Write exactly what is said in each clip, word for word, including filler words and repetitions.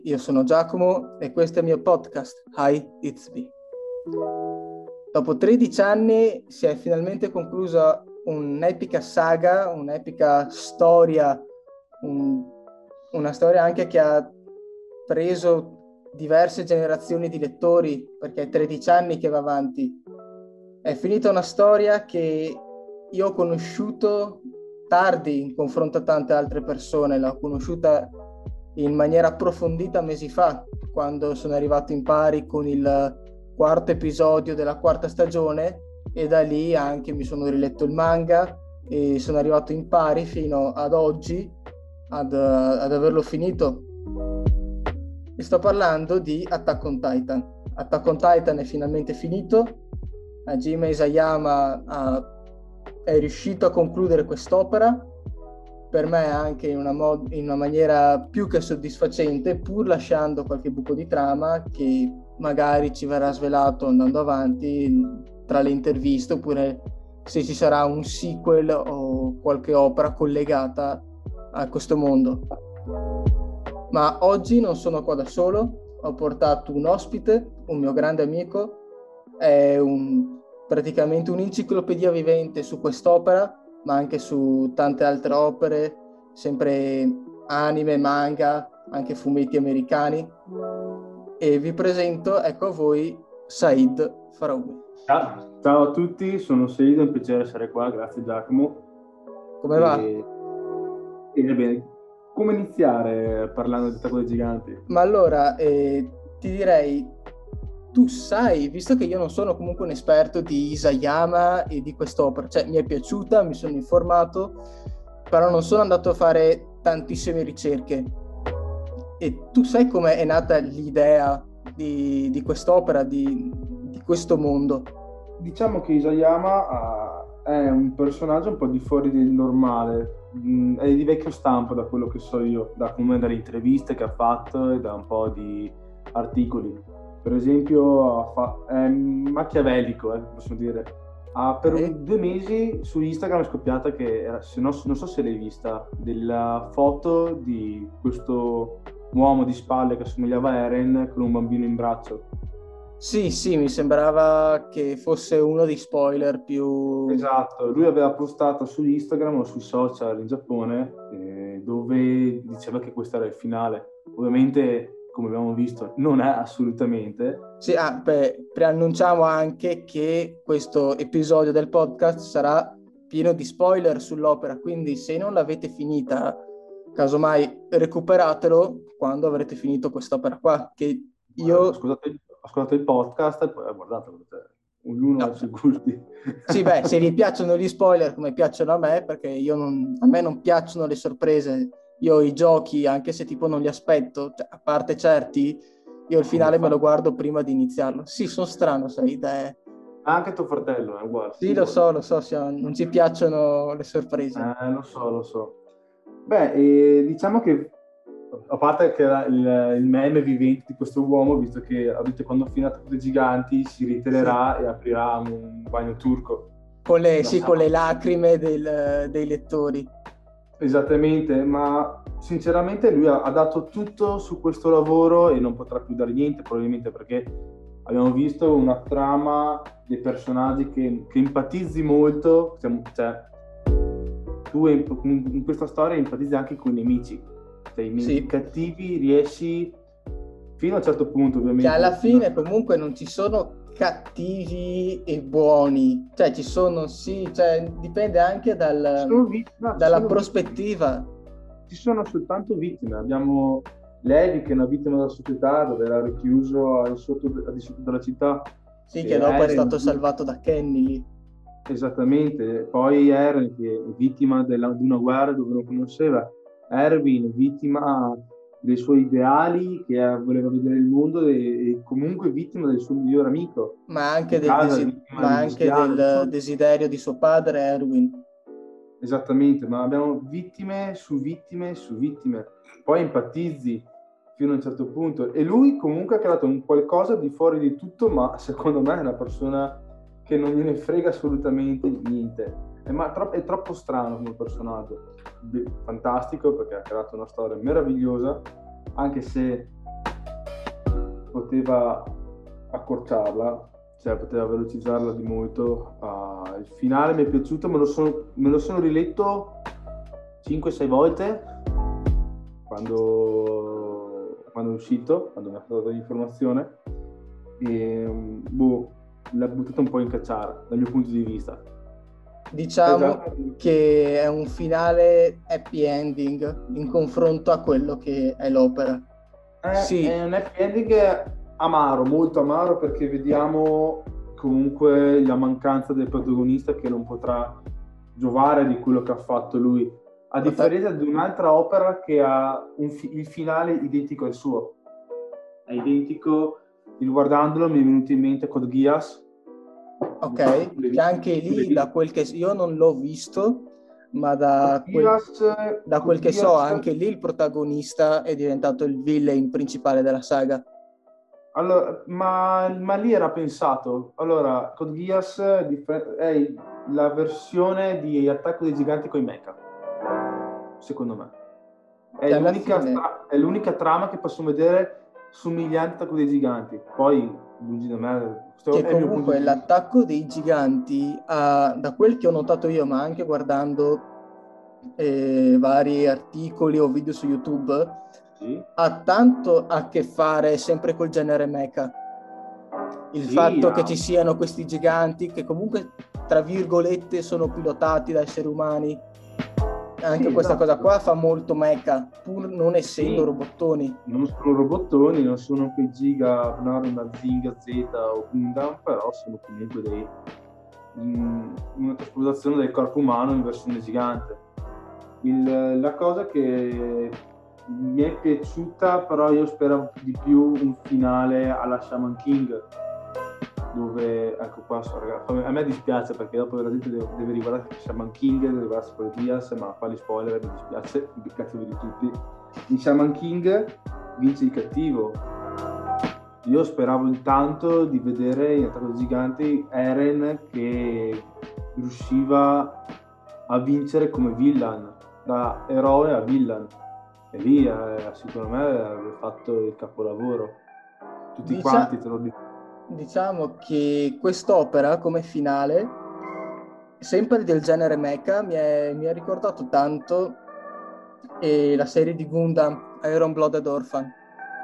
Io sono Giacomo e questo è il mio podcast, Hi, It's Me. Dopo tredici anni si è finalmente conclusa un'epica saga, un'epica storia, un, una storia anche che ha preso diverse generazioni di lettori, perché è tredici anni che va avanti. È finita una storia che io ho conosciuto tardi in confronto a tante altre persone, l'ho conosciuta in maniera approfondita mesi fa, quando sono arrivato in pari con il quarto episodio della quarta stagione, e da lì anche mi sono riletto il manga e sono arrivato in pari fino ad oggi ad, ad averlo finito. E sto parlando di Attack on Titan. Attack on Titan è finalmente finito. Hajime Isayama ha, è riuscito a concludere quest'opera, per me anche in una, mod- in una maniera più che soddisfacente, pur lasciando qualche buco di trama che magari ci verrà svelato andando avanti tra le interviste, oppure se ci sarà un sequel o qualche opera collegata a questo mondo. Ma oggi non sono qua da solo, ho portato un ospite, un mio grande amico, è un, praticamente un'enciclopedia vivente su quest'opera, ma anche su tante altre opere, sempre anime, manga, anche fumetti americani. E vi presento, ecco a voi, Said Faraoui. Ciao, ciao a tutti, sono Said, è un piacere essere qua, grazie Giacomo. Come e... va? E bene, come iniziare parlando di Attacco dei Giganti? Ma allora, eh, ti direi, tu sai, visto che io non sono comunque un esperto di Isayama e di quest'opera, cioè mi è piaciuta, mi sono informato, però non sono andato a fare tantissime ricerche. E tu sai come è nata l'idea di, di quest'opera, di, di questo mondo? Diciamo che Isayama ha- è un personaggio un po' di fuori del normale, mm, è di vecchio stampo da quello che so io, da come dalle interviste che ha fatto e da un po' di articoli. Per esempio, ha fa- è machiavellico, eh, possiamo dire. Ha per Ok? un- due mesi su Instagram è scoppiata che, era- se no- non so se l'hai vista, della foto di questo uomo di spalle che assomigliava a Eren con un bambino in braccio. Sì, sì, mi sembrava che fosse uno dei spoiler più... Esatto, lui aveva postato su Instagram o sui social in Giappone eh, dove diceva che questo era il finale. Ovviamente, come abbiamo visto, non è assolutamente. Sì, ah, beh, preannunciamo anche che questo episodio del podcast sarà pieno di spoiler sull'opera, quindi se non l'avete finita, casomai recuperatelo quando avrete finito quest'opera qua, che io... Ascoltate, ascoltate il podcast e poi guardatelo, cioè, ognuno ha i No, suoi gusti. sì, beh, se vi piacciono gli spoiler come piacciono a me, perché io non, a me non piacciono le sorprese, io i giochi, anche se tipo non li aspetto, cioè, a parte certi, io il Come finale me fa? lo guardo prima di iniziarlo. Sì, sono strano, sai, è... Anche tuo fratello è uguale, Sì, lo uguale. so, lo so, siamo- non ci piacciono le sorprese. Eh, lo so, lo so. Beh, e diciamo che, a parte che era il, il meme vivente di questo uomo, visto che ha detto che quando finirà Attacco dei Giganti si Sì. ritererà e aprirà un bagno turco. Con le, Da sì, con le sabato. lacrime del- dei lettori. Esattamente, ma sinceramente lui ha, ha dato tutto su questo lavoro e non potrà più dare niente, probabilmente perché abbiamo visto una trama dei personaggi che, che empatizzi molto, cioè, cioè, tu in, in questa storia empatizzi anche con i nemici, cioè i, i Sì, cattivi riesci fino a un certo punto che alla ovviamente. fine comunque non ci sono cattivi e buoni, cioè ci sono, sì, cioè dipende anche Ci dal- sono vittime, no, ci dalla sono vittime. prospettiva. Ci sono soltanto vittime. Abbiamo Levi che è una vittima della società dove era richiuso al sotto, al di sotto della città. Sì, E che dopo è Eren, stato salvato da Kenny lì. esattamente. Poi Eren che è vittima della- di una guerra dove non conosceva. Erwin, vittima dei suoi ideali, che eh, voleva vedere il mondo e, e comunque vittima del suo migliore amico. Ma anche del, Mikasa, desi- vittima ma del anche bestiame. Ci del sono- desiderio di suo padre, Erwin. Esattamente, ma abbiamo vittime su vittime su vittime. Poi empatizzi fino a un certo punto. E lui comunque ha creato un qualcosa di fuori di tutto, ma secondo me è una persona che non gliene frega assolutamente niente. È, ma, tro- è troppo strano come personaggio. Be- fantastico perché ha creato una storia meravigliosa, anche se poteva accorciarla, cioè poteva velocizzarla di molto. Uh, il finale mi è piaciuto, me lo sono, me lo sono riletto cinque sei volte quando, quando è uscito, quando mi ha dato l'informazione, e boh, l'ha buttato un po' in cacciara dal mio punto di vista. Diciamo esatto. che è un finale happy ending in confronto a quello che è l'opera. È, sì. È un happy ending amaro, molto amaro, perché vediamo comunque la mancanza del protagonista che non potrà giovare di quello che ha fatto lui, a differenza di un'altra opera che ha un fi- il finale identico al suo. È identico, riguardandolo mi è venuto in mente Code Geass. Ok, che anche lì, da quel che io non l'ho visto, ma da quel, Geass, da quel che so, anche lì il protagonista è diventato il villain principale della saga. Allora, ma, ma lì era pensato. Allora, Code Geass è la versione di Attacco dei Giganti con i mecha, secondo me. È l'unica, tra- è l'unica trama che posso vedere somigliante a Attacco dei Giganti. Poi, lungi da me... Che comunque di l'Attacco dei Giganti, ha, da quel che ho notato io, ma anche guardando eh, vari articoli o video su YouTube, sì, ha tanto a che fare sempre col genere mecha. Il sì, fatto ah. che ci siano questi giganti che comunque, tra virgolette, sono pilotati da esseri umani. Anche sì, questa esatto. cosa qua fa molto mecha, pur non essendo sì. robottoni. Non sono robottoni, non sono quei giga, una Zinga Z o Gundam, però sono comunque dei, mh, una trasposizione del corpo umano in versione gigante. Il, la cosa che mi è piaciuta, però io speravo di più un finale alla Shaman King, dove, ecco qua, ragazzi, a me dispiace perché dopo la gente deve, deve riguardare Shaman King, deve guardare Code Geass, ma fa gli spoiler, mi dispiace, mi cazzo di tutti. In Shaman King vince il cattivo. Io speravo intanto di vedere in Attacco dei Giganti Eren che riusciva a vincere come villain, da eroe a villain, e lì eh, secondo me avrebbe fatto il capolavoro. Tutti Dicia- quanti te lo dico. Diciamo che quest'opera come finale, sempre del genere mecha, mi, è, mi ha ricordato tanto eh, la serie di Gundam, Iron Blooded Orphan.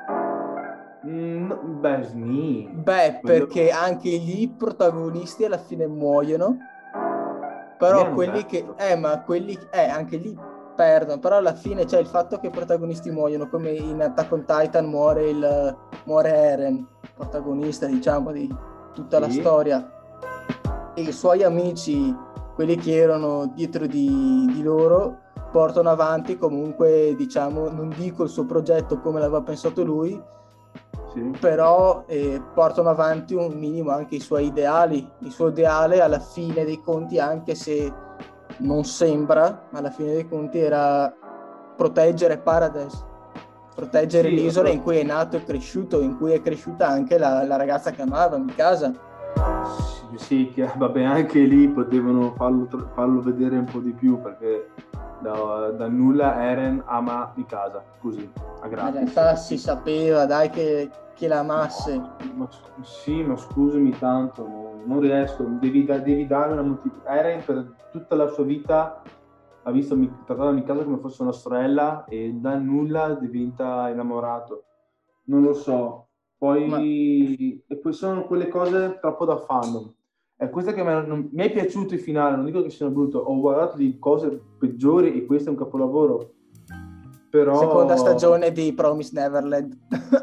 Mm, beh, sni. Beh, Quello... perché anche lì i protagonisti alla fine muoiono, però quelli che... Eh, ma quelli... Eh, anche lì perdono, però alla fine c'è il fatto che i protagonisti muoiono, come in Attack on Titan muore, il, muore Eren, protagonista, diciamo, di tutta sì. la storia. E i suoi amici, quelli che erano dietro di, di loro, portano avanti comunque, diciamo, non dico il suo progetto come l'aveva pensato lui, sì. però eh, portano avanti un minimo anche i suoi ideali. Il suo ideale alla fine dei conti, anche se non sembra, alla fine dei conti era proteggere Paradise, proteggere sì, l'isola in cui è nato e cresciuto, in cui è cresciuta anche la, la ragazza che amava, Mikasa. Sì, che vabbè, anche lì potevano farlo, farlo vedere un po' di più, perché da, da nulla Eren ama Mikasa, così, a gratis. In realtà si sapeva, dai, che, che la amasse. No, ma, sì, ma scusami tanto, no, non riesco, devi, devi dare una motivazione. Eren per tutta la sua vita ha visto trattare Mikasa come fosse una sorella e da nulla diventa innamorato. Non lo so. Poi, ma... e poi sono quelle cose troppo da fandom. È questa che non, mi è piaciuto il finale, non dico che sia brutto, ho guardato di cose peggiori e questo è un capolavoro. Però... Seconda stagione di Promise Neverland.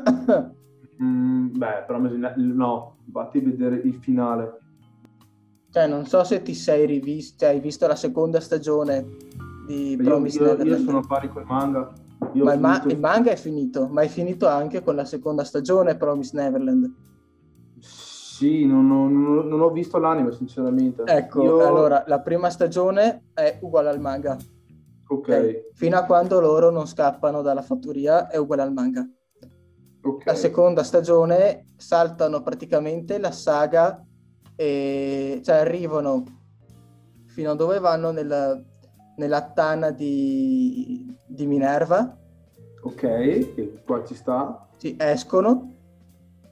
mm, beh, Promise Neverland, no, vatti a vedere il finale. Cioè, non so se ti sei rivisto, hai visto la seconda stagione di Promise io, io, Neverland. Io sono a pari col manga. Io ma il, ma- il manga è finito, ma è finito anche con la seconda stagione Promise Neverland. Sì, non ho, non non ho visto l'anime, sinceramente. Ecco, Io... allora, la prima stagione è uguale al manga. Ok. Okay? Fino a quando loro non scappano dalla fattoria è uguale al manga. Okay. La seconda stagione saltano praticamente la saga e cioè arrivano fino a dove vanno nella, nella tana di, di Minerva. Ok, e qua ci sta. Sì, escono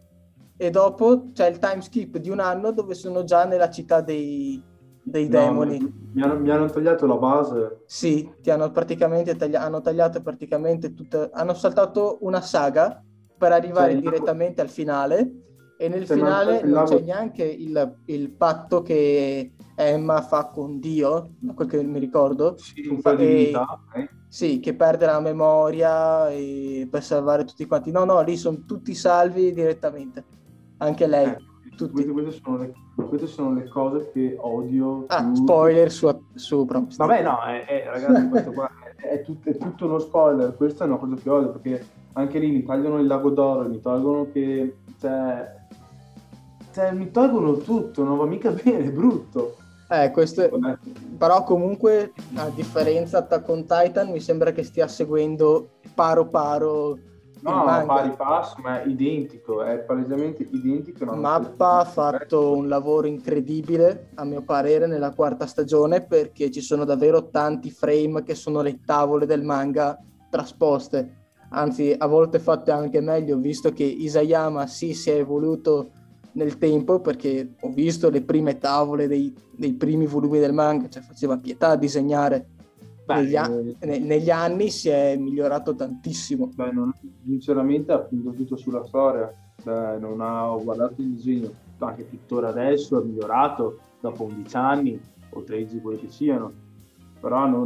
e dopo c'è il time skip di un anno dove sono già nella città dei, dei No, demoni. mi hanno, mi hanno tagliato la base. Sì, ti hanno praticamente taglia- hanno tagliato praticamente tutta, hanno saltato una saga per Cioè, arrivare il lago- direttamente al finale e nel cioè, mi hanno finale tagliato il non c'è lago. neanche il, il patto che Emma fa con Dio, da quel che mi ricordo, Sì, un po' fa- di divinità, e, ok? sì, che perde la memoria e per salvare tutti quanti. No, no, lì sono tutti salvi direttamente, anche lei, Eh, tutti. queste, queste sono le, queste sono le cose che odio Ah, più. spoiler su, su Promised Vabbè, Neverland. no, è- è- ragazzi, questo qua è, è tut- è tutto uno spoiler. Questa è una cosa che odio perché anche lì mi tagliano il lago d'oro, mi tolgono che. Cioè, cioè, mi tolgono tutto, non va mica bene, è brutto. Eh, questo è- Vabbè. però comunque, a differenza Attack on Titan, mi sembra che stia seguendo paro paro il No, manga. pari passo, ma è identico, è palesemente identico. No, non c'è- Mappa ha fatto un lavoro incredibile, a mio parere, nella quarta stagione perché ci sono davvero tanti frame che sono le tavole del manga trasposte. Anzi, a volte fatte anche meglio, visto che Isayama sì si è evoluto nel tempo, perché ho visto le prime tavole dei, dei primi volumi del manga, cioè faceva pietà a disegnare. Beh, Negli, a- eh, ne- negli anni si è migliorato tantissimo. beh, non- sinceramente ha punto tutto sulla storia. Beh, non ha ho guardato il disegno, anche tuttora adesso è migliorato dopo undici anni o tredici, quelli che siano. Però non,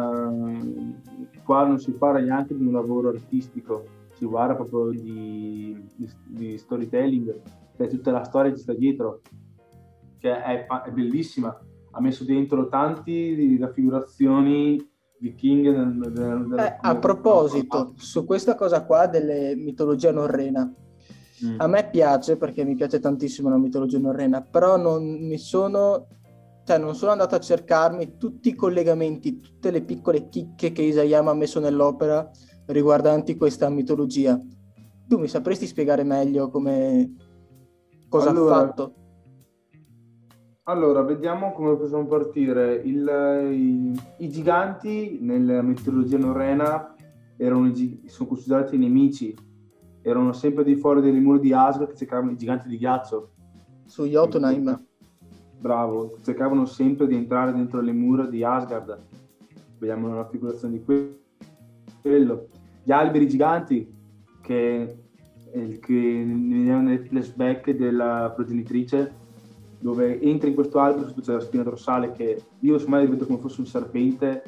eh, qua non si parla neanche di un lavoro artistico, si guarda proprio di, di, di storytelling, cioè tutta la storia che sta dietro, che è, fa- è bellissima. Ha messo dentro tanti raffigurazioni vichinghe nel, nel, nel, Eh, a come- proposito, su questa cosa qua delle mitologie norrena, Mm. a me piace perché mi piace tantissimo la mitologia norrena, però non mi sono, cioè non sono andato a cercarmi tutti i collegamenti, tutte le piccole chicche che Isayama ha messo nell'opera riguardanti questa mitologia. Tu mi sapresti spiegare meglio come cosa Allora, ha fatto? allora, vediamo come possiamo partire. Il- i, i giganti nella mitologia norrena erano, i gi- sono considerati nemici, erano sempre di fuori delle mura di Asgard che cercavano i giganti di ghiaccio. Su Jotunheim? Bravo, cercavano sempre di entrare dentro le mura di Asgard. Vediamo una raffigurazione di que- quello. Gli alberi giganti che, eh, che vediamo nel flashback della progenitrice, dove entri in questo albero, sotto c'è la spina dorsale che io secondo me vedo come fosse un serpente,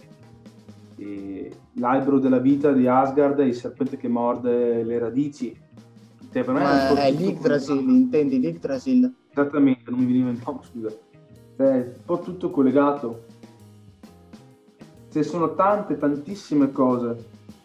e l'albero della vita di Asgard è il serpente che morde le radici. Cioè, per me è un Ma po' è tutto l'Yggdrasil, collegato. intendi l'Yggdrasil? Esattamente, non mi veniva in nome, scusa. Cioè, è un po' tutto collegato. Ci sono tante, tantissime cose.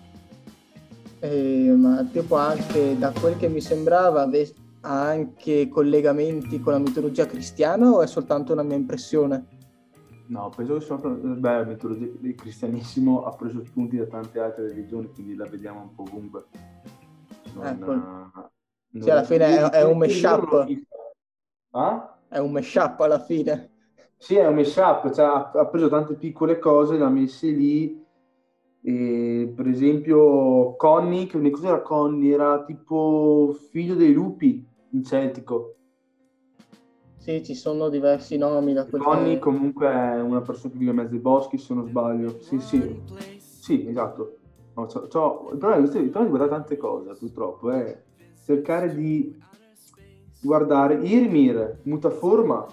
Eh, ma tipo anche da quel che mi sembrava ave- ha anche collegamenti con la mitologia cristiana o è soltanto una mia impressione? No, penso che sono, beh, la mitologia del cristianesimo ha preso spunti da tante altre religioni, quindi la vediamo un po' ovunque. Non, Ecco, non- sì, alla fine io, è, è un io il libro l'ho mashup, visto. Ah? è un mashup alla fine. Sì, è un mashup, cioè, ha, ha preso tante piccole cose, le ha messe lì. E, per esempio, Conny, che cos'era Conny? Era tipo figlio dei lupi in celtico. Sì, ci sono diversi nomi da quel Conny che... comunque è una persona che vive in mezzo ai boschi, se non sbaglio. Sì, sì, sì, esatto. No, c'ho- c'ho- il problema, il problema di guardare tante cose, purtroppo, è cercare di guardare Yrmir, mutaforma,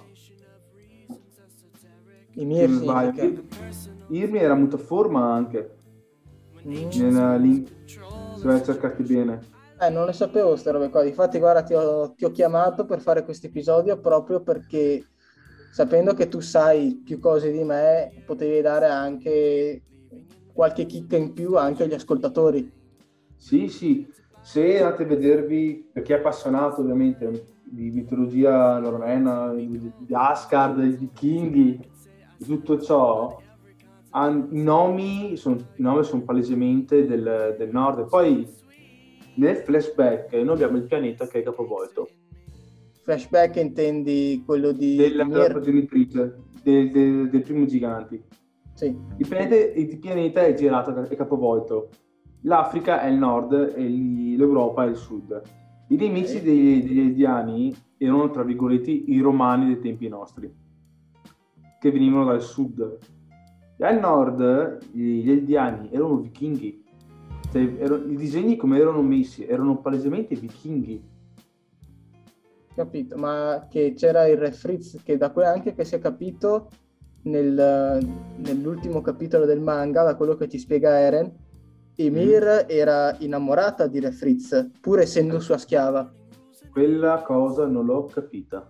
I se miei non sbaglio. significa. Yrmir era mutaforma anche, Mm. nella link, se vai a cercarti bene. Eh, non le sapevo queste robe qua. Difatti, guarda, ti ho, ti ho chiamato per fare questo episodio proprio perché sapendo che tu sai più cose di me, potevi dare anche qualche chicca in più anche agli ascoltatori. Sì, sì, se andate a vedervi, per chi è appassionato ovviamente di mitologia norrena, di di Asgard, dei vichinghi, di tutto ciò, han- i nomi sono, i nomi sono palesemente del, del nord. E poi nel flashback noi abbiamo il pianeta che è capovolto, Flashback intendi quello di della, della Ymir? progenitrice, del, del, del primo giganti. Sì. Il pianeta, il pianeta è girato, è capovolto. L'Africa è il nord e l'Europa è il sud. I nemici Ok. dei- degli Eldiani erano, tra virgolette, i romani dei tempi nostri, che venivano dal sud. E al nord gli Eldiani erano vichinghi. Cioè, ero- i disegni come erano messi erano palesemente vichinghi. Capito, ma che c'era il Re Fritz, che da quello anche che si è capito nel- nell'ultimo capitolo del manga, da quello che ci spiega Eren, Mm? Ymir era innamorata di Re Fritz, pur essendo sua schiava. Quella cosa non l'ho capita.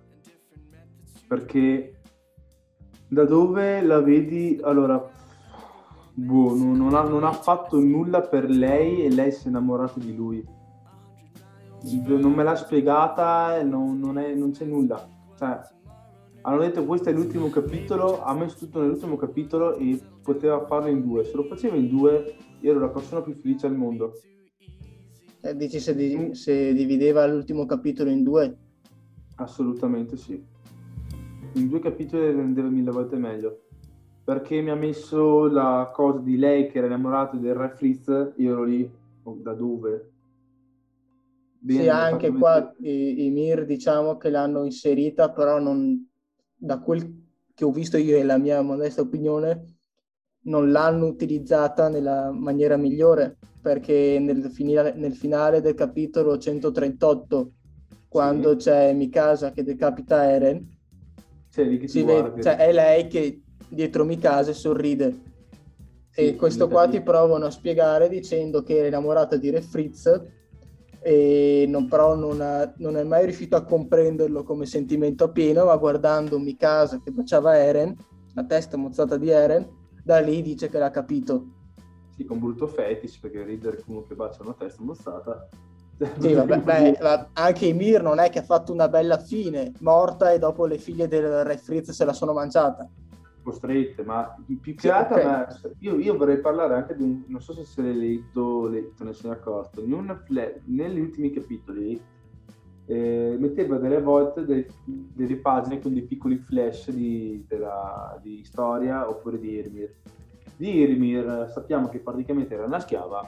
Perché da dove la vedi? Allora, boh, non, non ha, non ha fatto nulla per lei e lei si è innamorata di lui. Non me l'ha spiegata, e non, non è- non c'è nulla. Cioè, hanno detto questo è l'ultimo capitolo, ha messo tutto nell'ultimo capitolo e poteva farlo in due. Se lo faceva in due, io ero la persona più felice al mondo. Eh, dici se, di- Mm, se divideva l'ultimo capitolo in due? assolutamente sì. In due capitoli rendeva mille volte meglio. Perché mi ha messo la cosa di lei che era innamorata del Re Fritz, io ero lì, oh, da dove? Sì, Bene, mi ha fatto anche vedere. qua i, i Mir diciamo che l'hanno inserita, però non, da quel che ho visto io e la mia modesta opinione, non l'hanno utilizzata nella maniera migliore, perché nel finale, nel finale del capitolo centotrentotto, quando Sì, c'è Mikasa che decapita Eren, c'è lì che ti si guarda vede, che cioè ride. è lei che dietro Mikasa sorride. E Sì, questo mica qua ti lì. provano a spiegare dicendo che era innamorata di Re Fritz e non, però non, ha- non è mai riuscito a comprenderlo come sentimento appieno, ma guardando Mikasa che baciava Eren, la testa mozzata di Eren, da lì dice che l'ha capito. Sì, con brutto fetish, perché ridere con uno che bacia una testa mozzata, Sì, vabbè, potremmo beh, dire va- anche Ymir non è che ha fatto una bella fine, morta e dopo le figlie del Re Fritz se la sono mangiata. costrette, ma più che Sì, altro, ok. ma io, io vorrei parlare anche di un, non so se se l'hai letto, le- te ne sei accorto, in un fla- negli ultimi capitoli eh, metteva delle volte dei- delle pagine con dei piccoli flash di, della- di storia oppure di Irmir. Di Irmir sappiamo che praticamente era una schiava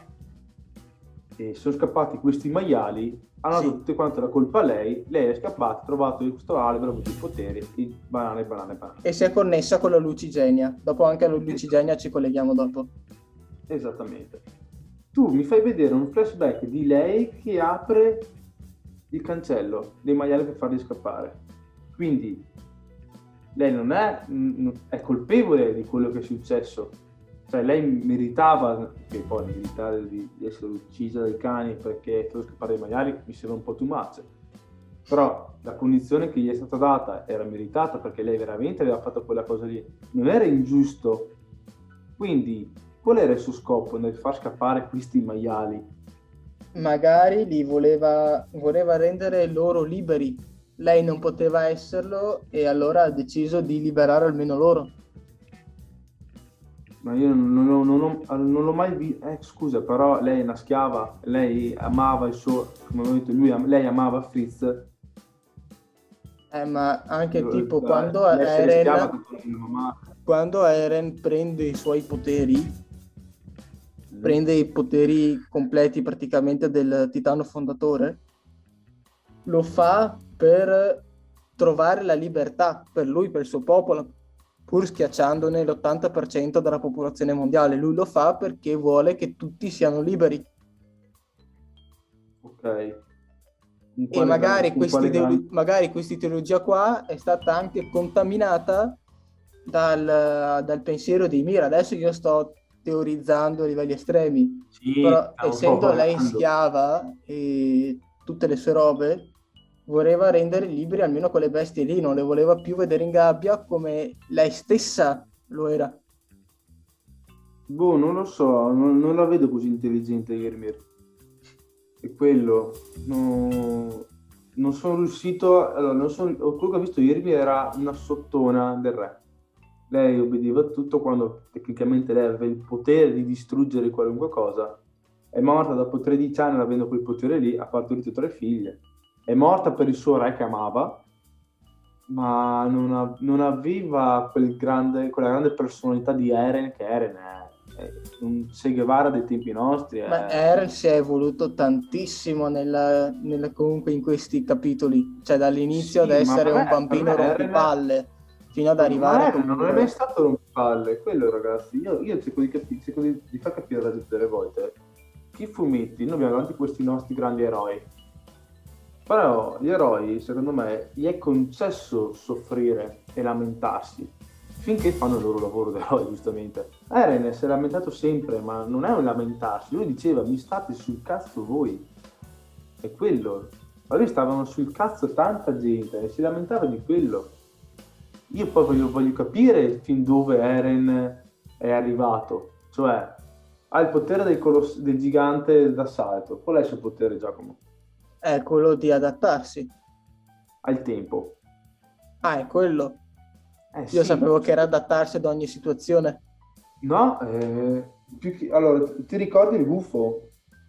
e sono scappati questi maiali, hanno dato Sì, tutte quante la colpa a lei, lei è scappata, ha trovato questo albero, ha avuto i poteri, e banane, banane, banane. e si è connessa con la Lucigenia. Dopo anche alla Lucigenia ci colleghiamo dopo. Esattamente. Tu mi fai vedere un flashback di lei che apre il cancello dei maiali per farli scappare. Quindi lei non è, mh, è colpevole di quello che è successo. Cioè lei meritava, che poi meritare di, di essere uccisa dai cani perché per scappare dai maiali mi sembra un po' too much. Però la punizione che gli è stata data era meritata perché lei veramente aveva fatto quella cosa lì. Non era ingiusto. Quindi qual era il suo scopo nel far scappare questi maiali? Magari li voleva, voleva rendere loro liberi. Lei non poteva esserlo e allora ha deciso di liberare almeno loro. Ma io non, non- non ho- non l'ho mai visto. Eh, scusa, però lei è una schiava, lei amava il suo, come avevo detto, lui, am- lei amava Fritz. Eh, ma anche tipo Da- quando L'essere schiava Eren, che non ama. quando Eren prende i suoi poteri, Mm. prende i poteri completi praticamente del titano fondatore, lo fa per trovare la libertà per lui, per il suo popolo, pur schiacciandone l'ottanta per cento della popolazione mondiale. Lui lo fa perché vuole che tutti siano liberi. Ok. Con E quale, gra- magari con questa quale grande... magari questa ideologia qua è stata anche contaminata dal, dal pensiero di Mira. Adesso io sto teorizzando a livelli estremi, Sì, però stiamo un po' essendo lei vagando. schiava e tutte le sue robe, voleva rendere liberi almeno quelle bestie lì, non le voleva più vedere in gabbia come lei stessa lo era. Boh, non lo so, non, non la vedo così intelligente Irmir. È quello. No- non sono riuscito. Allora, non sono, quello che ho visto ieri era una sottona del re. Lei obbediva a tutto quando tecnicamente lei aveva il potere di distruggere qualunque cosa. È morta dopo tredici anni avendo quel potere lì, ha partorito tre figlie. È morta per il suo re che amava, ma non, ha- non aveva quel grande, quella grande personalità di Eren che Eren è. è un Che Guevara dei tempi nostri. È... Ma Eren si è evoluto tantissimo nella, nella- comunque in questi capitoli, cioè dall'inizio Sì, ad ma essere per un me, per bambino me Eren rompipalle fino ad ma arrivare Eren non è mai comunque... stato rompipalle, quello ragazzi. Io, io cerco, di, capi- cerco di, di far capire la gente delle volte che i fumetti, noi abbiamo davanti questi nostri grandi eroi, però gli eroi, secondo me, gli è concesso soffrire e lamentarsi finché fanno il loro lavoro da eroi, giustamente. Eren si è lamentato sempre, ma non è un lamentarsi. Lui diceva, mi state sul cazzo voi. È quello. Ma lui stavano sul cazzo tanta gente e si lamentava di quello. Io poi voglio, voglio capire fin dove Eren è arrivato. Cioè, ha il potere del, coloss- del gigante d'assalto. Qual è il suo potere, Giacomo? È quello di adattarsi. Ha il tempo. Ah, è quello. Eh Io sì. sapevo che era adattarsi ad ogni situazione. No, eh, più che... allora, ti ricordi il gufo?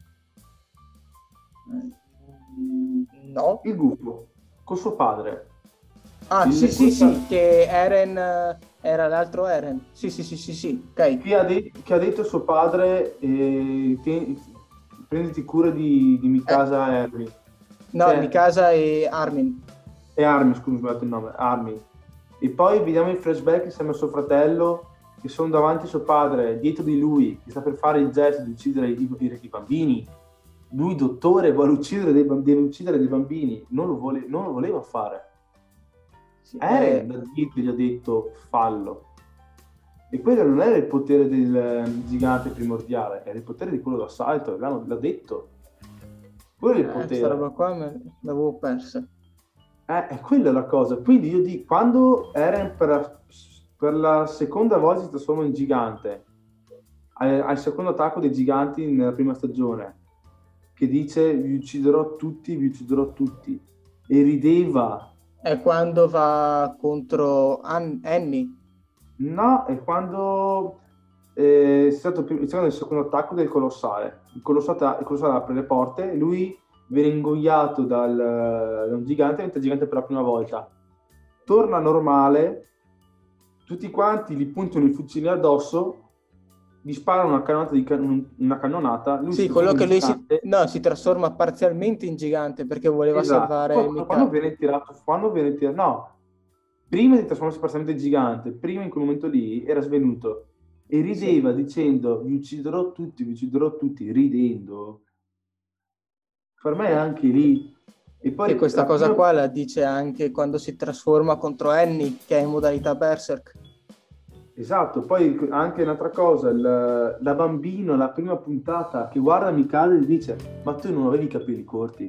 No? Il gufo, con suo padre. Ah, Il sì, sì, porta- sì, che Eren eh, era l'altro Eren. Sì, sì, sì, sì, sì, ok. Che ha, de- che ha detto a suo padre, eh, te- prenditi cura di, di Eh, Mikasa e Armin. no, Cioè, Mikasa e Armin. e Armin, scusa, ho sbagliato il nome, Armin. E poi vediamo i flashback insieme a suo fratello, che sono davanti a suo padre, dietro di lui, che sta per fare il gesto di uccidere i, i- i bambini. Lui, dottore, vuole uccidere dei, bamb- deve uccidere dei bambini. Non lo, vole- non lo voleva fare. Sì, Eren eh, da dietro gli ha detto fallo. E quello non era il potere del eh, gigante primordiale, era il potere di quello d'assalto, l'ha, l'ha detto. Quello è il eh, questa roba potere. qua me l'avevo persa. Eh, è quella la cosa. Quindi io dico, quando Eren per la, per la seconda volta si trasforma in gigante, al, al secondo attacco dei giganti nella prima stagione, che dice vi ucciderò tutti, vi ucciderò tutti, e rideva. È quando va contro An- Annie. No, è quando eh, è stato più- è stato il secondo attacco del colossale. Il colossale, il colossale apre le porte e lui viene ingoiato dal, da un gigante, diventa gigante per la prima volta. Torna normale, tutti quanti gli puntano i fucili addosso, gli sparano una cannonata, di can- una cannonata, lui si Sì, quello trasforma che in lui si, gigante. no, si trasforma parzialmente in gigante perché voleva Esatto. salvare Poi quando, quando Mikasa. viene tirato, quando viene tirato, no, prima di trasformarsi parzialmente in gigante, prima in quel momento lì era svenuto e Sì. rideva dicendo vi ucciderò tutti, vi ucciderò tutti, ridendo. Per me è anche lì. E E poi questa la cosa prima... qua la dice anche quando si trasforma contro Annie, che è in modalità Berserk. Esatto, poi anche un'altra cosa, il- la bambina, la prima puntata che guarda Mikasa e gli dice ma tu non avevi i capelli corti?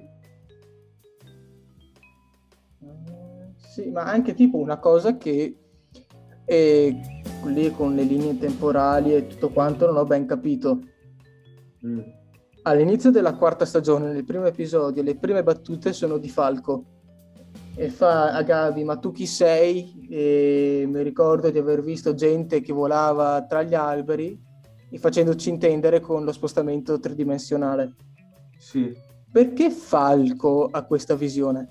Sì, ma anche tipo una cosa che eh, lì con le linee temporali e tutto quanto non ho ben capito. Mm. All'inizio della quarta stagione, nel primo episodio, le prime battute sono di Falco e fa a Gabi, ma tu chi sei? E mi ricordo di aver visto gente che volava tra gli alberi e facendoci intendere con lo spostamento tridimensionale. Sì, Perché Falco ha questa visione?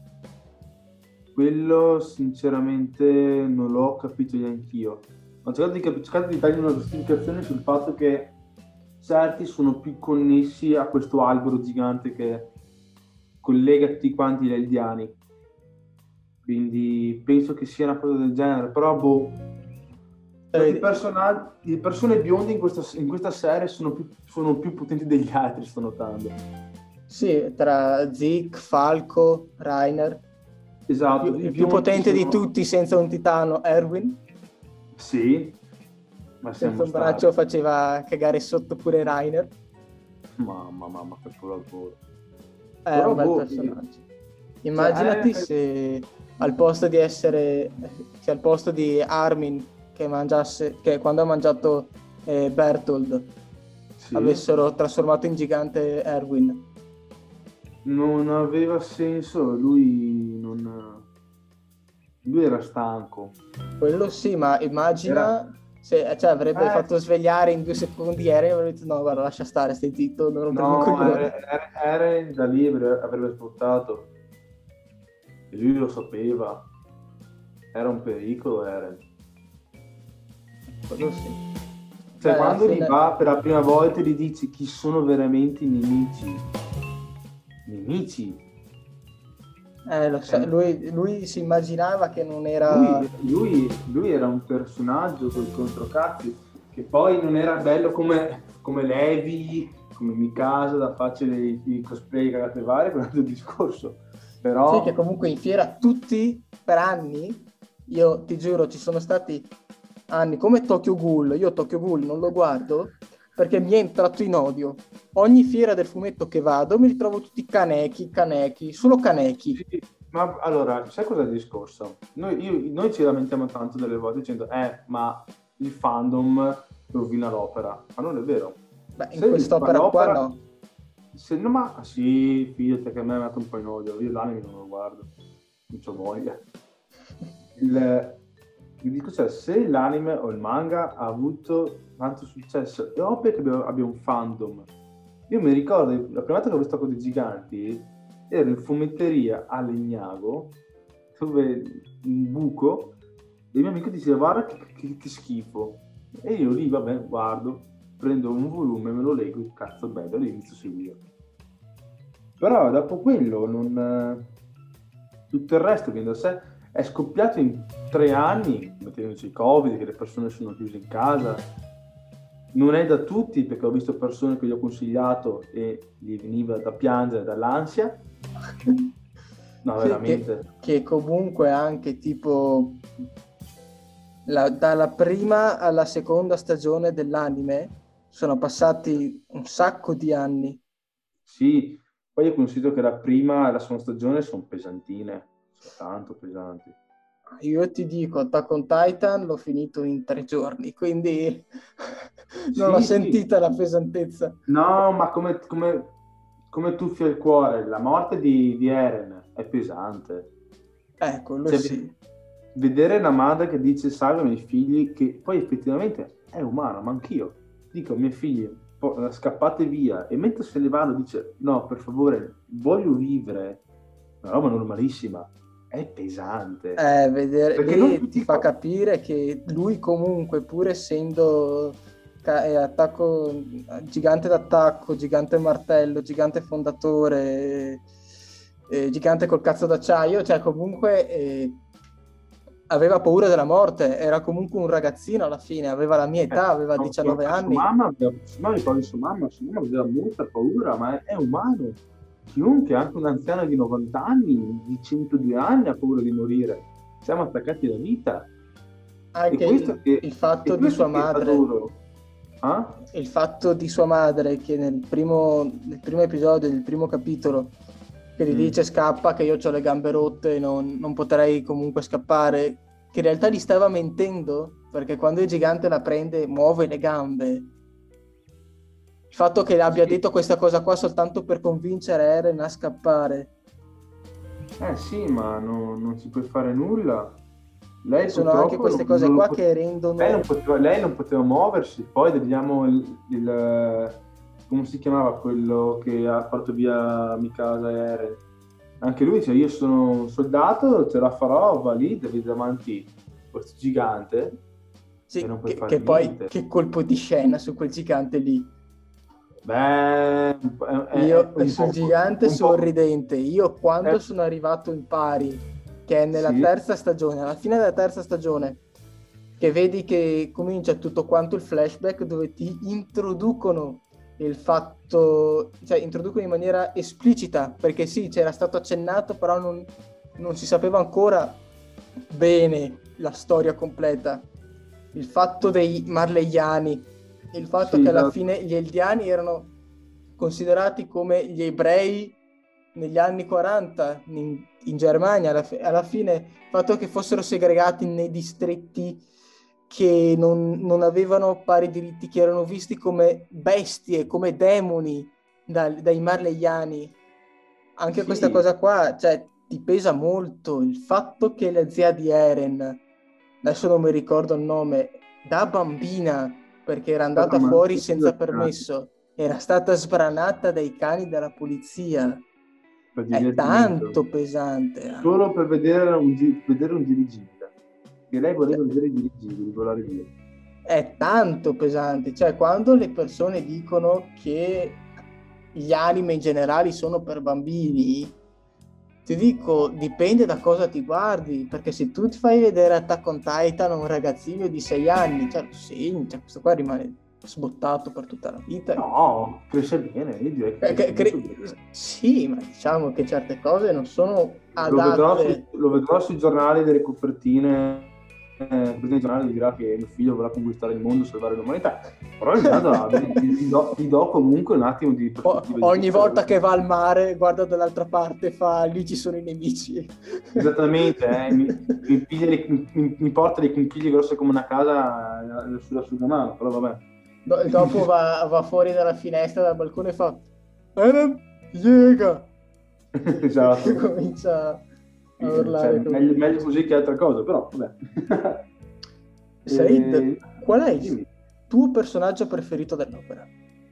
quello sinceramente non l'ho capito neanch'io. Ho cercato di, cap- cercato di dargli una giustificazione sul fatto che certi sono più connessi a questo albero gigante che collega tutti quanti gli Eldiani. Quindi penso che sia una cosa del genere, però boh. Eh, I, personaggi, le persone bionde in questa, in questa serie sono più, sono più potenti degli altri, sto notando. Sì, tra Zeke, Falco, Rainer. Esatto, Più- i il più biondi potente di sono... tutti senza un titano, Erwin. Sì, ma Senza siamo un braccio stati. faceva cagare sotto pure Rainer. Mamma, mamma, che lavoro. È Però un bel boh, personaggio. cioè, Immaginati è... se al posto di essere, se al posto di Armin che mangiasse, che quando ha mangiato eh, Bertold Sì, avessero trasformato in gigante Erwin. non aveva senso, lui non... Lui era stanco. Quello sì, ma Era... immagina se cioè, avrebbe Eh, fatto svegliare in due secondi Eren e avrebbe detto no, guarda, lascia stare, stai zitto, non rompermi i no, coglioni. era, era, era da lì avrebbe, avrebbe sfruttato. E lui lo sapeva. Era un pericolo, Eren. Quello sì. Cioè, Beh, alla quando fine... li va per la prima volta e gli dici chi sono veramente i nemici. Nemici. Eh, lo so, Eh, lui, lui si immaginava che non era... lui, lui, lui era un personaggio con i controcazzi che poi non era bello come, come Levi, come Mikasa da farci dei, dei cosplay cagate varie, per il discorso. Sì, che Però comunque in fiera tutti, per anni, io ti giuro, ci sono stati anni come Tokyo Ghoul, io Tokyo Ghoul non lo guardo perché mi è entrato in odio. Ogni fiera del fumetto che vado mi ritrovo tutti Kaneki, Kaneki, solo Kaneki. sì, ma allora, sai cos'è il discorso? Noi, io- noi ci lamentiamo tanto delle volte dicendo, eh, ma il fandom rovina l'opera. Ma non è vero. Beh, in Se il- quest'opera qua l'opera, no. se no, ma sì, fidati che a me è andato un po' in odio. Io l'anime non lo guardo, non c'ho voglia. Il, il discorso è, se l'anime o il manga ha avuto tanto successo, è ovvio che abbia, abbia un fandom. Io mi ricordo, la prima volta che ho visto Code Giganti, ero in fumetteria a Legnago, dove un buco, e il mio amico diceva guarda che, che, che schifo. E io lì, vabbè, guardo, prendo un volume, me lo leggo, cazzo bello, e inizio a seguire. Però dopo quello, non, tutto il resto viene da sé, è scoppiato in tre anni, mettendoci il Covid, che le persone sono chiuse in casa. Non è da tutti, perché ho visto persone che gli ho consigliato e gli veniva da piangere dall'ansia. No, Sì, che, veramente. che comunque anche tipo la- dalla prima alla seconda stagione dell'anime sono passati un sacco di anni. Sì, poi io considero che la prima e la seconda stagione sono pesantine, sono tanto pesanti. Io ti dico, Attack on Titan l'ho finito in tre giorni, quindi non ho Sì, sì. sentita la pesantezza. No, ma come, come, come tuffia il cuore, la morte di, di Eren è pesante. Eh, quello Cioè, sì. ve- vedere la madre che dice salve i miei figli, che poi effettivamente è umano, ma anch'io dico ai miei figli, po- scappate via, e mentre se ne vanno dice no, per favore, voglio vivere, una roba normalissima, è pesante. Eh, vedere, Perché non lì ti tutti fa fa... capire che lui comunque, pur essendo ca- eh, attacco, gigante d'attacco, gigante martello, gigante fondatore, eh, gigante col cazzo d'acciaio, cioè comunque eh, aveva paura della morte, era comunque un ragazzino alla fine, aveva la mia Eh, età, aveva no, diciannove sua anni. mamma, aveva- sua mamma, mi parla di sua mamma, sua mamma aveva molta paura, ma è, è umano. Chiunque, anche un anziano di novanta anni, di centodue anni, ha paura di morire. Siamo attaccati alla vita. E Anche questo il, che, il e fatto di questo sua che fa madre. duro. Ah? Il fatto di sua madre che nel primo, nel primo episodio, nel primo capitolo, che gli Mm. dice scappa che io ho le gambe rotte, non, non potrei comunque scappare, che in realtà gli stava mentendo, perché quando il gigante la prende muove le gambe. Il fatto che abbia Sì. detto questa cosa qua soltanto per convincere Eren a scappare. Eh sì, ma no- non si può fare nulla. Lei Sono anche purtroppo non, queste cose non lo qua pot- che lei non rendono... poteva, lei non poteva muoversi. Poi vediamo il, il- come si chiamava quello che ha portato via Mikasa e Eren. Anche lui dice: io sono un soldato, ce la farò, va lì, devi davanti questo gigante e Sì, non puoi che, fare che poi niente. che colpo di scena su quel gigante lì. Beh, è, è- Io è un sul po', gigante un po', sorridente, io quando eh, sono arrivato in pari, che è nella sì, terza stagione, alla fine della terza stagione, che vedi che comincia tutto quanto il flashback dove ti introducono il fatto, cioè introducono in maniera esplicita, perché sì, c'era stato accennato, però non, non si sapeva ancora bene la storia completa. Il fatto dei Marleyani, il fatto sì, che alla esatto. fine gli Eldiani erano considerati come gli ebrei negli anni quaranta in, in Germania, alla, fi- alla fine il fatto che fossero segregati nei distretti che non, non avevano pari diritti, che erano visti come bestie, come demoni dal- dai Marleyani. Anche questa Sì, cosa qua, cioè, ti pesa molto il fatto che la zia di Eren, adesso non mi ricordo il nome, da bambina, perché era è stata andata ma- fuori senza permesso, era stata sbranata dai cani della polizia. per È divertimento. tanto pesante. Solo per vedere un, gi- vedere un dirigibile. Che lei Cioè, voleva vedere i dirigibili, volare via. è tanto pesante, cioè quando le persone dicono che gli anime in generale sono per bambini, ti dico, dipende da cosa ti guardi, perché se tu ti fai vedere Attack on Titan a un ragazzino di sei anni, cioè lo segni, cioè questo qua rimane sbottato per tutta la vita. No, cresce bene, io direi che Eh, cresce che- molto cre- bene. sì, ma diciamo che certe cose non sono Lo vedrò, adatte. su- lo vedrò sui giornali delle copertine, eh, copertine giornali dirà che mio figlio vorrà conquistare il mondo, salvare l'umanità. Però intanto gli, gli do, gli do comunque un attimo di O- prospettiva di ogni vita. volta che va al mare, guarda dall'altra parte e fa lì ci sono i nemici. Esattamente, eh, mi, mi, piglia le- mi- mi porta le conchiglie grosse come una casa eh, sulla sua mano, però vabbè. Do- dopo va, va fuori dalla finestra, dal balcone e fa Eren, Jäger! Esatto. E comincia a Cioè, urlare. meglio, meglio così che altra cosa, però vabbè. Said, Eh, qual è il dimmi. tuo personaggio preferito dell'opera?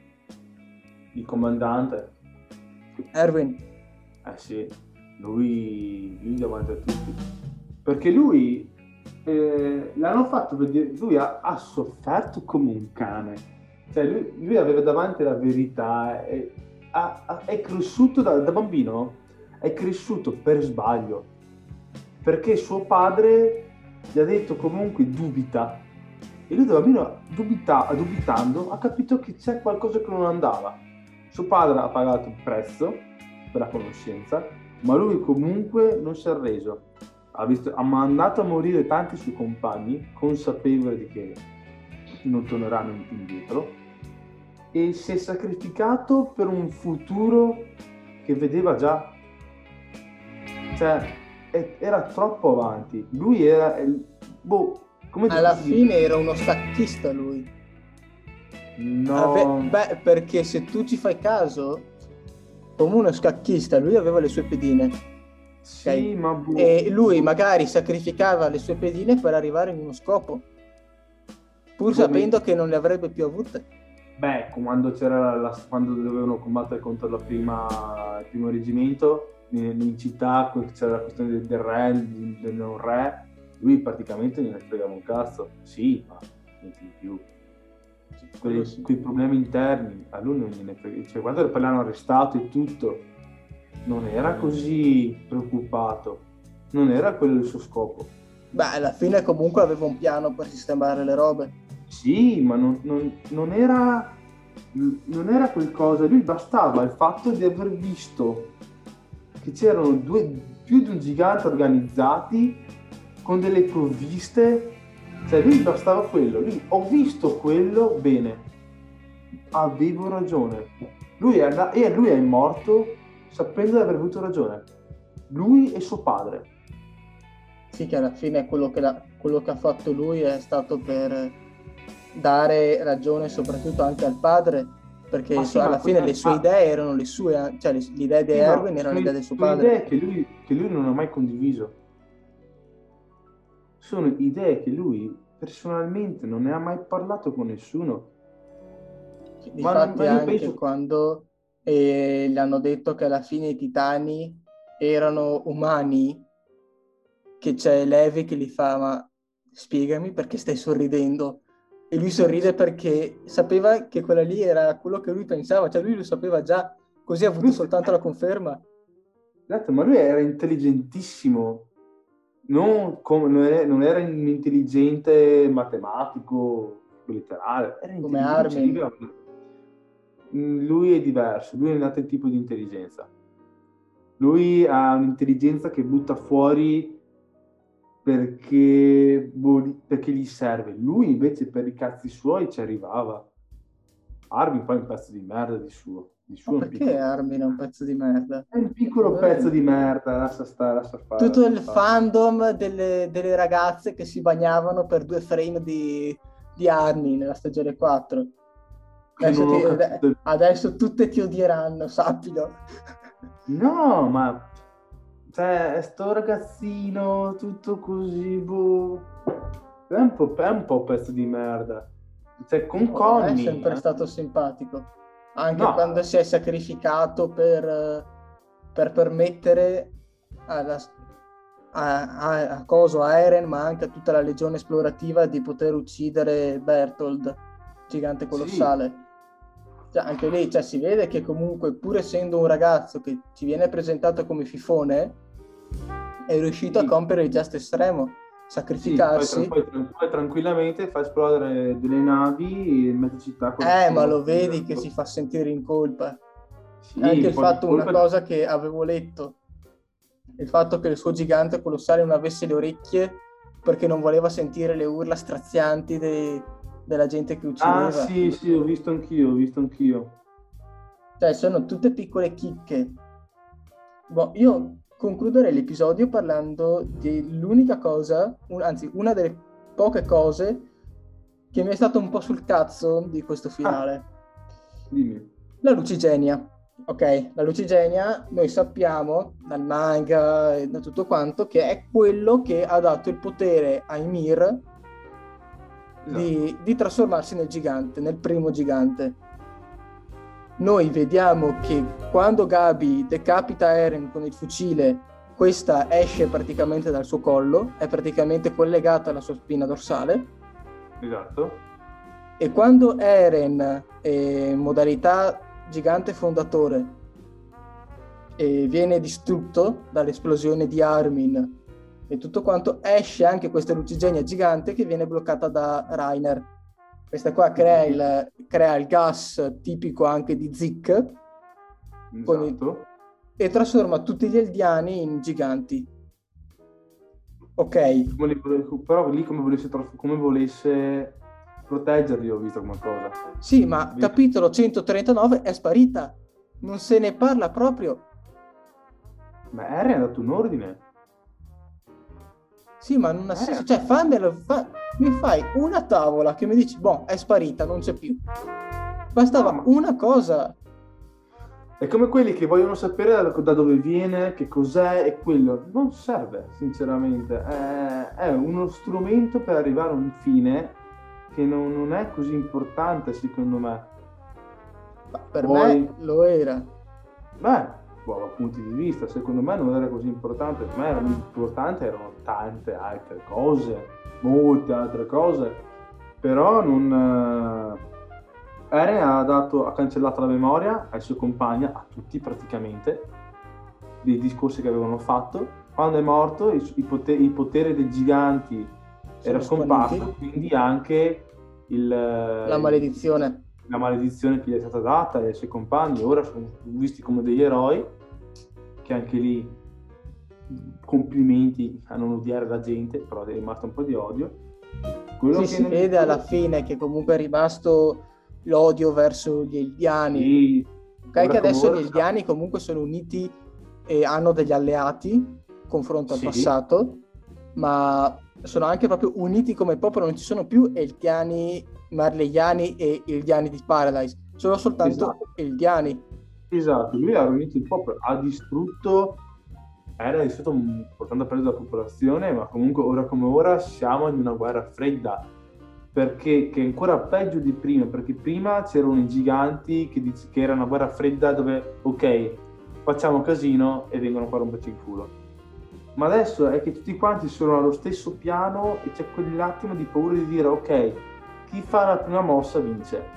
Il comandante, Erwin. eh sì, lui, lui davanti a tutti, perché lui eh, l'hanno fatto vedere, lui ha, ha sofferto come un cane, cioè lui, lui aveva davanti la verità, e ha- ha- è cresciuto da, da bambino, è cresciuto per sbaglio, perché suo padre gli ha detto comunque dubita, e lui da bambino dubita, dubitando ha capito che c'è qualcosa che non andava. Suo padre ha pagato il prezzo per la conoscenza, ma lui comunque non si è arreso. Ha, visto, ha mandato a morire tanti suoi compagni, consapevole di che non torneranno indietro, e si è sacrificato per un futuro che vedeva già. Cioè, è- era troppo avanti. Lui era... il- boh, come ti Alla posso dire? fine era uno stacchista lui. No... Ave- beh, perché se tu ci fai caso, come uno scacchista, lui aveva le sue pedine. Sì, ok? ma boh, E lui boh, magari sacrificava le sue pedine per arrivare in uno scopo, pur Come- sapendo che non le avrebbe più avute. Beh, quando c'era la, quando dovevano combattere contro la prima, il primo reggimento in, in città, c'era la questione del, del re, del, del non re, lui praticamente non ne fregava un cazzo. Sì, ma niente di più. Quei, Sì. quei problemi interni a lui non gliene frega. Cioè, quando poi l'hanno arrestato e tutto, non era così preoccupato, non era quello il suo scopo. Beh, alla fine comunque aveva un piano per sistemare le robe. Sì, ma non, non- non era, non era qualcosa, lui bastava il fatto di aver visto che c'erano due, più di un gigante organizzati con delle provviste, cioè lui bastava quello, lui ho visto quello, bene, avevo ragione, lui è, andato, e lui è morto sapendo di aver avuto ragione, lui e suo padre. Sì, che alla fine quello che, la- quello che ha fatto lui è stato per dare ragione soprattutto anche al padre, perché Ma sì, so- ma alla fine quella- le sue ah. idee erano le sue, cioè le, le idee di Sì, ma Erwin erano le sono- idee del suo sono padre. idee che lui, che lui non ha mai condiviso. Sono idee che lui personalmente non ne ha mai parlato con nessuno. Ma- Difatti ma io anche penso- quando eh, gli hanno detto che alla fine i titani erano umani, che c'è Levi che gli fa ma spiegami perché stai sorridendo, e lui sorride perché sapeva che quella lì era quello che lui pensava, cioè lui lo sapeva già, così ha avuto Lui- soltanto la conferma. Esatto, ma lui era intelligentissimo, non, come- non era, non era un intelligente matematico, letterale, era Come intelligente, Armin. ci arrivava. Mm, Lui è diverso, lui è un altro tipo di intelligenza. Lui ha un'intelligenza che butta fuori perché, boh, perché gli serve. Lui invece per i cazzi suoi ci arrivava. Armin poi è un pezzo di merda di suo. Di suo Ma è un perché piccolo, Armin è un pezzo di merda? è un piccolo pezzo di merda, lascia stare, lascia fare. Tutto lascia il fare. fandom delle, delle ragazze che si bagnavano per due frame di, di Armin nella stagione quattro. Che Adesso, non ho ti- capito. adesso tutte ti odieranno, sappilo. No, ma cioè, sto ragazzino tutto così, boh. È un po', è un po' pezzo di merda. Cioè, con Oh, Connie, è sempre eh. stato simpatico, anche No. quando si è sacrificato per, per permettere alla, a, a, a coso, a Eren, ma anche a tutta la legione esplorativa di poter uccidere Bertold, gigante colossale. Sì. Cioè, anche lì, cioè, si vede che comunque, pur essendo un ragazzo che ci viene presentato come fifone, è riuscito Sì. a compiere il gesto estremo, sacrificarsi. Sì, poi, poi, poi tranquillamente fa esplodere delle navi in mezza città. Con Eh, con ma uno lo vedi scudo. che si fa sentire in colpa. Sì, Anche un il po' di fatto, una colpa. cosa che avevo letto, il fatto che il suo gigante colossale non avesse le orecchie perché non voleva sentire le urla strazianti de- della gente che Ah, uccideva. sì, sì, ho visto anch'io, ho visto anch'io. Cioè, sono tutte piccole chicche. Boh, io concluderei l'episodio parlando dell'unica cosa, un- anzi, una delle poche cose che mi è stato un po' sul cazzo di questo Ah, finale. dimmi. La lucigenia. Ok, la lucigenia noi sappiamo dal manga e da tutto quanto che è quello che ha dato il potere a Ymir Esatto. di, di trasformarsi nel gigante, nel primo gigante. Noi vediamo che quando Gabi decapita Eren con il fucile, questa esce praticamente dal suo collo, è praticamente collegata alla sua spina dorsale. Esatto. E quando Eren, eh, in modalità gigante fondatore, eh, viene distrutto dall'esplosione di Armin e tutto quanto, esce anche questa lucigenia gigante che viene bloccata da Reiner. Questa qua crea il, crea il gas tipico anche di Zik con il, Esatto. e trasforma tutti gli Eldiani in giganti. Ok. Come li vole- però lì come volesse, traf- come volesse proteggerli ho visto come cosa. Sì, ma Vedi? capitolo centotrentanove è sparita. Non se ne parla proprio. Ma Eren ha dato un ordine. Sì, ma non ha Eh. senso. Cioè, fammelo, fa... mi fai una tavola che mi dici, boh, è sparita, non c'è più. Bastava No, ma- una cosa. È come quelli che vogliono sapere da, da dove viene, che cos'è e quello. Non serve, sinceramente. È, è uno strumento per arrivare a un fine che non, non è così importante, secondo me. Ma per Poi, me lo era. beh, boh, da punti di vista, secondo me non era così importante. Per me era importante, erano tante altre cose, molte altre cose. Però non... eh, Eren ha, dato, ha cancellato la memoria ai suoi compagni, a tutti praticamente, dei discorsi che avevano fatto. Quando è morto, il, il, potere, il potere dei giganti era Sono scomparso, svaniti. quindi anche il, La maledizione. la maledizione che gli è stata data ai suoi compagni. Ora sono visti come degli eroi, che anche lì complimenti a non odiare la gente, però è rimasto un po' di odio. Quello Sì, che si non- vede alla fine che comunque è rimasto l'odio verso gli Eldiani. Sì, Ok, ora che adesso come gli ora- Eldiani comunque sono uniti e hanno degli alleati confronto al Sì. passato, ma sono anche proprio uniti come popolo, non ci sono più Eldiani, Marleyiani e Eldiani di Paradise, sono soltanto Esatto. Eldiani. Esatto, lui ha riunito il popolo, ha distrutto, era distrutto un importante parte della popolazione, ma comunque ora come ora siamo in una guerra fredda, perché che è ancora peggio di prima, perché prima c'erano i giganti che, dic- che era una guerra fredda dove, ok, facciamo casino e vengono qua a romperci il culo. Ma adesso è che tutti quanti sono allo stesso piano e c'è quell'attimo di paura di dire, ok, chi fa la prima mossa vince.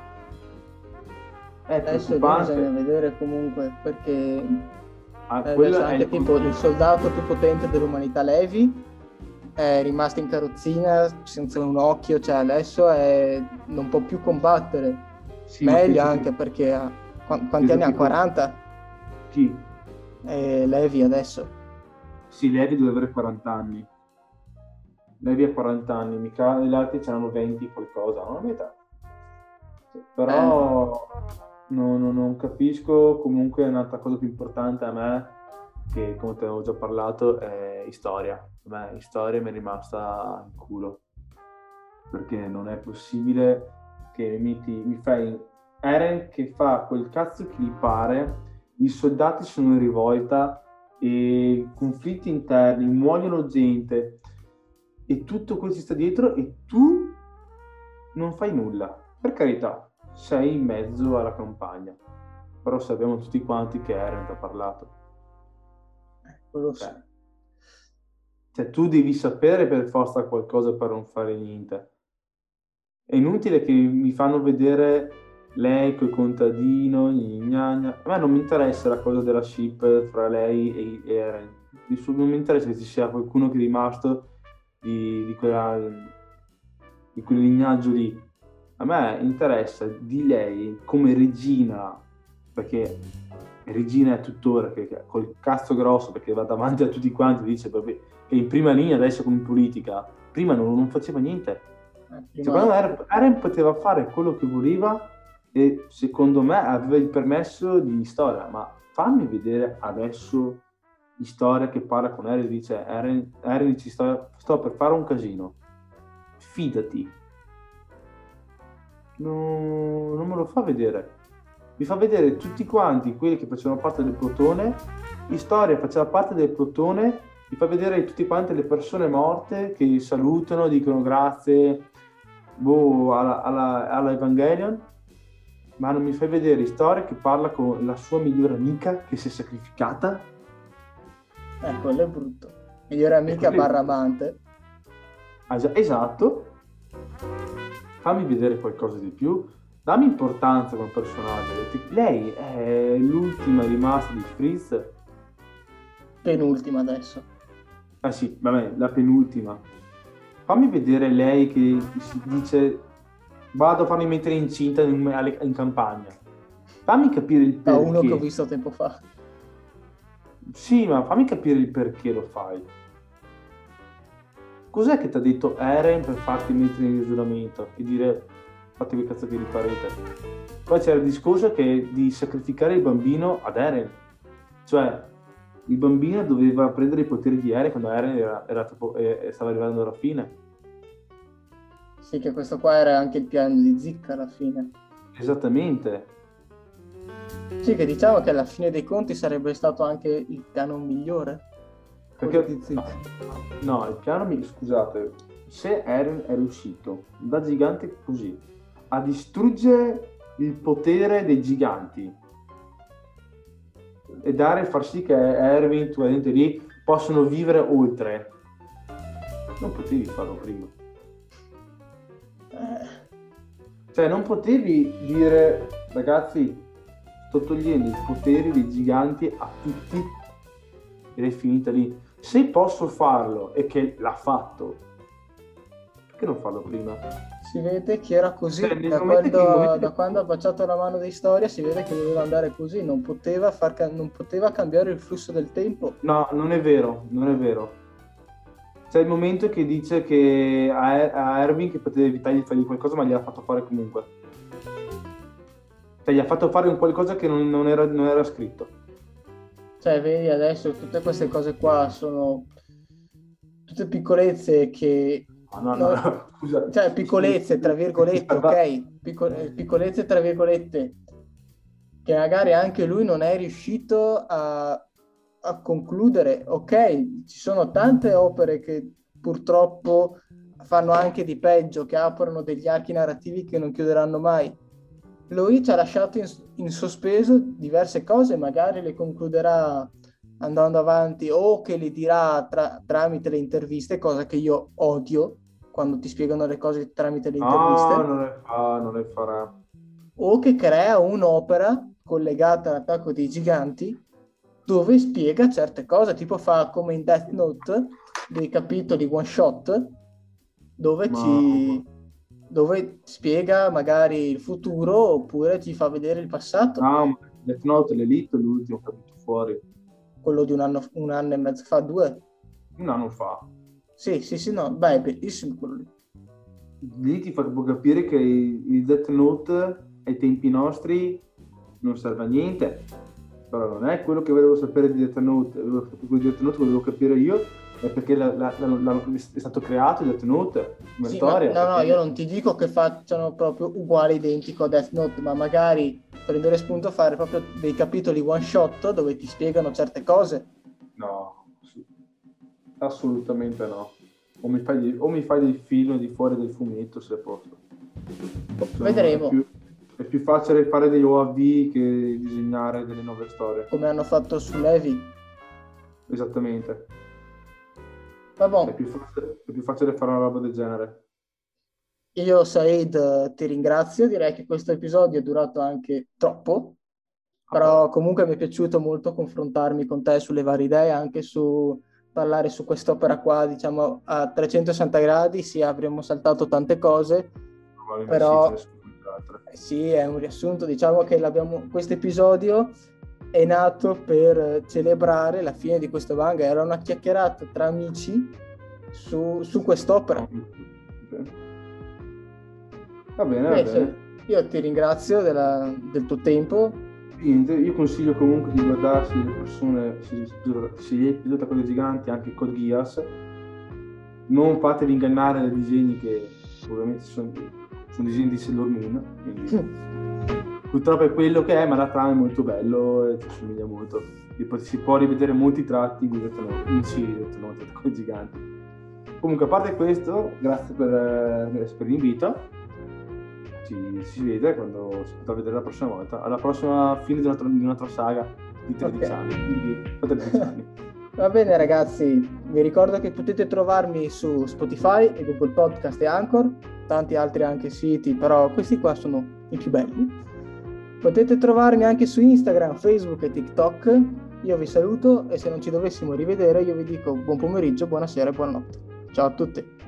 È Adesso lì preoccupante. bisogna vedere comunque, perché Ah, eh, quello adesso è anche il tipo il soldato più potente dell'umanità, Levi, è rimasto in carrozzina senza un occhio, cioè adesso è... non può più combattere. Sì, ma Meglio penso anche che- perché ha... qu- quanti penso anni ha? che- quaranta? Chi? E Levi adesso. Sì, Levi deve avere quaranta anni. Levi ha quaranta anni, mica gli altri c'hanno venti qualcosa, non a metà. Sì, però non, non- non capisco. Comunque un'altra cosa più importante a me, che come te avevo già parlato, è storia. A me storia mi è rimasta in culo. Perché non è possibile che mi, ti, mi fai Eren che fa quel cazzo che gli pare, i soldati sono in rivolta e conflitti interni, muoiono gente e tutto questo sta dietro e tu non fai nulla. Per carità, sei in mezzo alla campagna, però sappiamo tutti quanti che Eren ti ha parlato. Quello sì. Cioè, Cioè, tu devi sapere per forza qualcosa per non fare niente. È inutile che mi fanno vedere lei col contadino, gnagna. A me non mi interessa la cosa della ship fra lei e, e Eren. Non mi interessa che ci sia qualcuno che è rimasto di, di, quella, di quel lignaggio lì. A me interessa di lei come regina, perché regina è tuttora, che, che col cazzo grosso, perché va davanti a tutti quanti, dice proprio che in prima linea adesso come politica, prima non, non faceva niente. Prima... Secondo me Eren poteva fare quello che voleva e secondo me aveva il permesso di storia, ma fammi vedere adesso di storia che parla con Eren e dice Eren, Eren ci sto, sto per fare un casino, fidati. No, non me lo fa vedere. Mi fa vedere tutti quanti quelli che facevano parte del plotone, Storia faceva parte del plotone, mi fa vedere tutti quanti le persone morte che salutano, dicono grazie boh, alla, alla, alla Evangelion, ma non mi fai vedere Storia che parla con la sua migliore amica che si è sacrificata. Eh, quello è brutto. Migliore amica barra amante. Ah, già, esatto. Fammi vedere qualcosa di più. Dammi importanza come personaggio. Lei è l'ultima rimasta di Fritz. Penultima adesso. Ah sì, vabbè, la penultima. Fammi vedere lei che si dice vado a farmi mettere incinta in, in campagna. Fammi capire il perché. Da uno che ho visto tempo fa. Sì, ma fammi capire il perché lo fai. Cos'è che ti ha detto Eren per farti mettere in giuramento e dire fatevi cazzo che riparete? Poi c'era il discorso che di sacrificare il bambino ad Eren. Cioè, il bambino doveva prendere i poteri di Eren quando Eren era, era troppo, eh, stava arrivando alla fine. Sì, che questo qua era anche il piano di Zicca alla fine. Esattamente. Sì, che diciamo che alla fine dei conti sarebbe stato anche il piano migliore. Perché di no, no, il piano, scusate, se Eren è riuscito da gigante così a distruggere il potere dei giganti e dare far sì che Erwin, tu gente lì possono vivere oltre, non potevi farlo prima. Cioè non potevi dire ragazzi sto togliendo i poteri dei giganti a tutti ed è finita lì. Se posso farlo e che l'ha fatto, perché non farlo prima? Si vede che era così, cioè, da, quando, da quando ha baciato la mano di Storia si vede che doveva andare così, non poteva, far, non poteva cambiare il flusso del tempo. No, non è vero, non è vero. C'è il momento che dice che a, er- a Erwin che poteva evitare di fargli qualcosa ma gli ha fatto fare comunque. Cioè gli ha fatto fare un qualcosa che non, non, era, non era scritto. Cioè, vedi, adesso tutte queste cose qua sono tutte piccolezze che... No, no, no, no, scusa. Cioè, piccolezze, tra virgolette, ok? Picco- piccolezze, tra virgolette, che magari anche lui non è riuscito a, a concludere. Ok, ci sono tante opere che purtroppo fanno anche di peggio, che aprono degli archi narrativi che non chiuderanno mai. Lui ci ha lasciato in, in sospeso diverse cose, magari le concluderà andando avanti o che le dirà tra, tramite le interviste, cosa che io odio quando ti spiegano le cose tramite le interviste. No, non le fa, non le farà. O che crea un'opera collegata all'attacco dei giganti dove spiega certe cose, tipo fa come in Death Note dei capitoli one shot dove Ma... ci... dove spiega magari il futuro oppure ti fa vedere il passato. No, ma Death Note, l'Elite, l'ultimo capito fuori. Quello di un anno, un anno e mezzo fa, due? Un anno fa. Sì, sì, sì, no, beh, è bellissimo quello lì. Lì ti fa capire che il Death Note ai tempi nostri non serve a niente. Però non è quello che volevo sapere di Death Note. Quello di Death Note che volevo capire io è perché la, la, la, la, è stato creato Death Note come sì, storia. Ma, no, perché... no, io non ti dico che facciano proprio uguale identico a Death Note, ma magari prendere spunto a fare proprio dei capitoli one shot dove ti spiegano certe cose. No, assolutamente no. O mi fai, di, o mi fai dei film di fuori del fumetto se posso. Sono, Vedremo. È più, è più facile fare degli O A V che disegnare delle nuove storie. Come hanno fatto su Levi. Esattamente. Va buon. È più facile, è più facile fare una roba del genere. Io, Said, ti ringrazio. Direi che questo episodio è durato anche troppo, però Ok. comunque mi è piaciuto molto confrontarmi con te sulle varie idee, anche su parlare su quest'opera qua, diciamo, a trecentosessanta gradi. Sì, avremmo saltato tante cose, Probabilmente sì, ce ne però sono molte altre. eh sì, è un riassunto. Diciamo che l'abbiamo, questo episodio è nato per celebrare la fine di questo manga. Era una chiacchierata tra amici su, su quest'opera. Ok. Va bene, va Invece, bene. io ti ringrazio della- del tuo tempo. Niente, io consiglio comunque di guardarsi le persone, se si è pilota con dei giganti, anche Code Geass. Non fatevi ingannare dai disegni che ovviamente sono, sono disegni di Sailor Moon, quindi purtroppo è quello che è, ma la trama è molto bello e ci assomiglia molto. E poi si può rivedere molti tratti direttamente in serie direttamente con i giganti. Comunque, a parte questo, grazie per, eh, per l'invito. Ci, si vede quando si potrà vedere la prossima volta. Alla prossima fine di un'altra, di un'altra saga di tredici Ok. anni. Quindi, tredici anni. Va bene ragazzi, vi ricordo che potete trovarmi su Spotify e Google Podcast e Anchor, tanti altri anche siti, però questi qua sono i più belli. Potete trovarmi anche su Instagram, Facebook e TikTok. Io vi saluto e se non ci dovessimo rivedere io vi dico buon pomeriggio, buonasera e buonanotte. Ciao a tutti.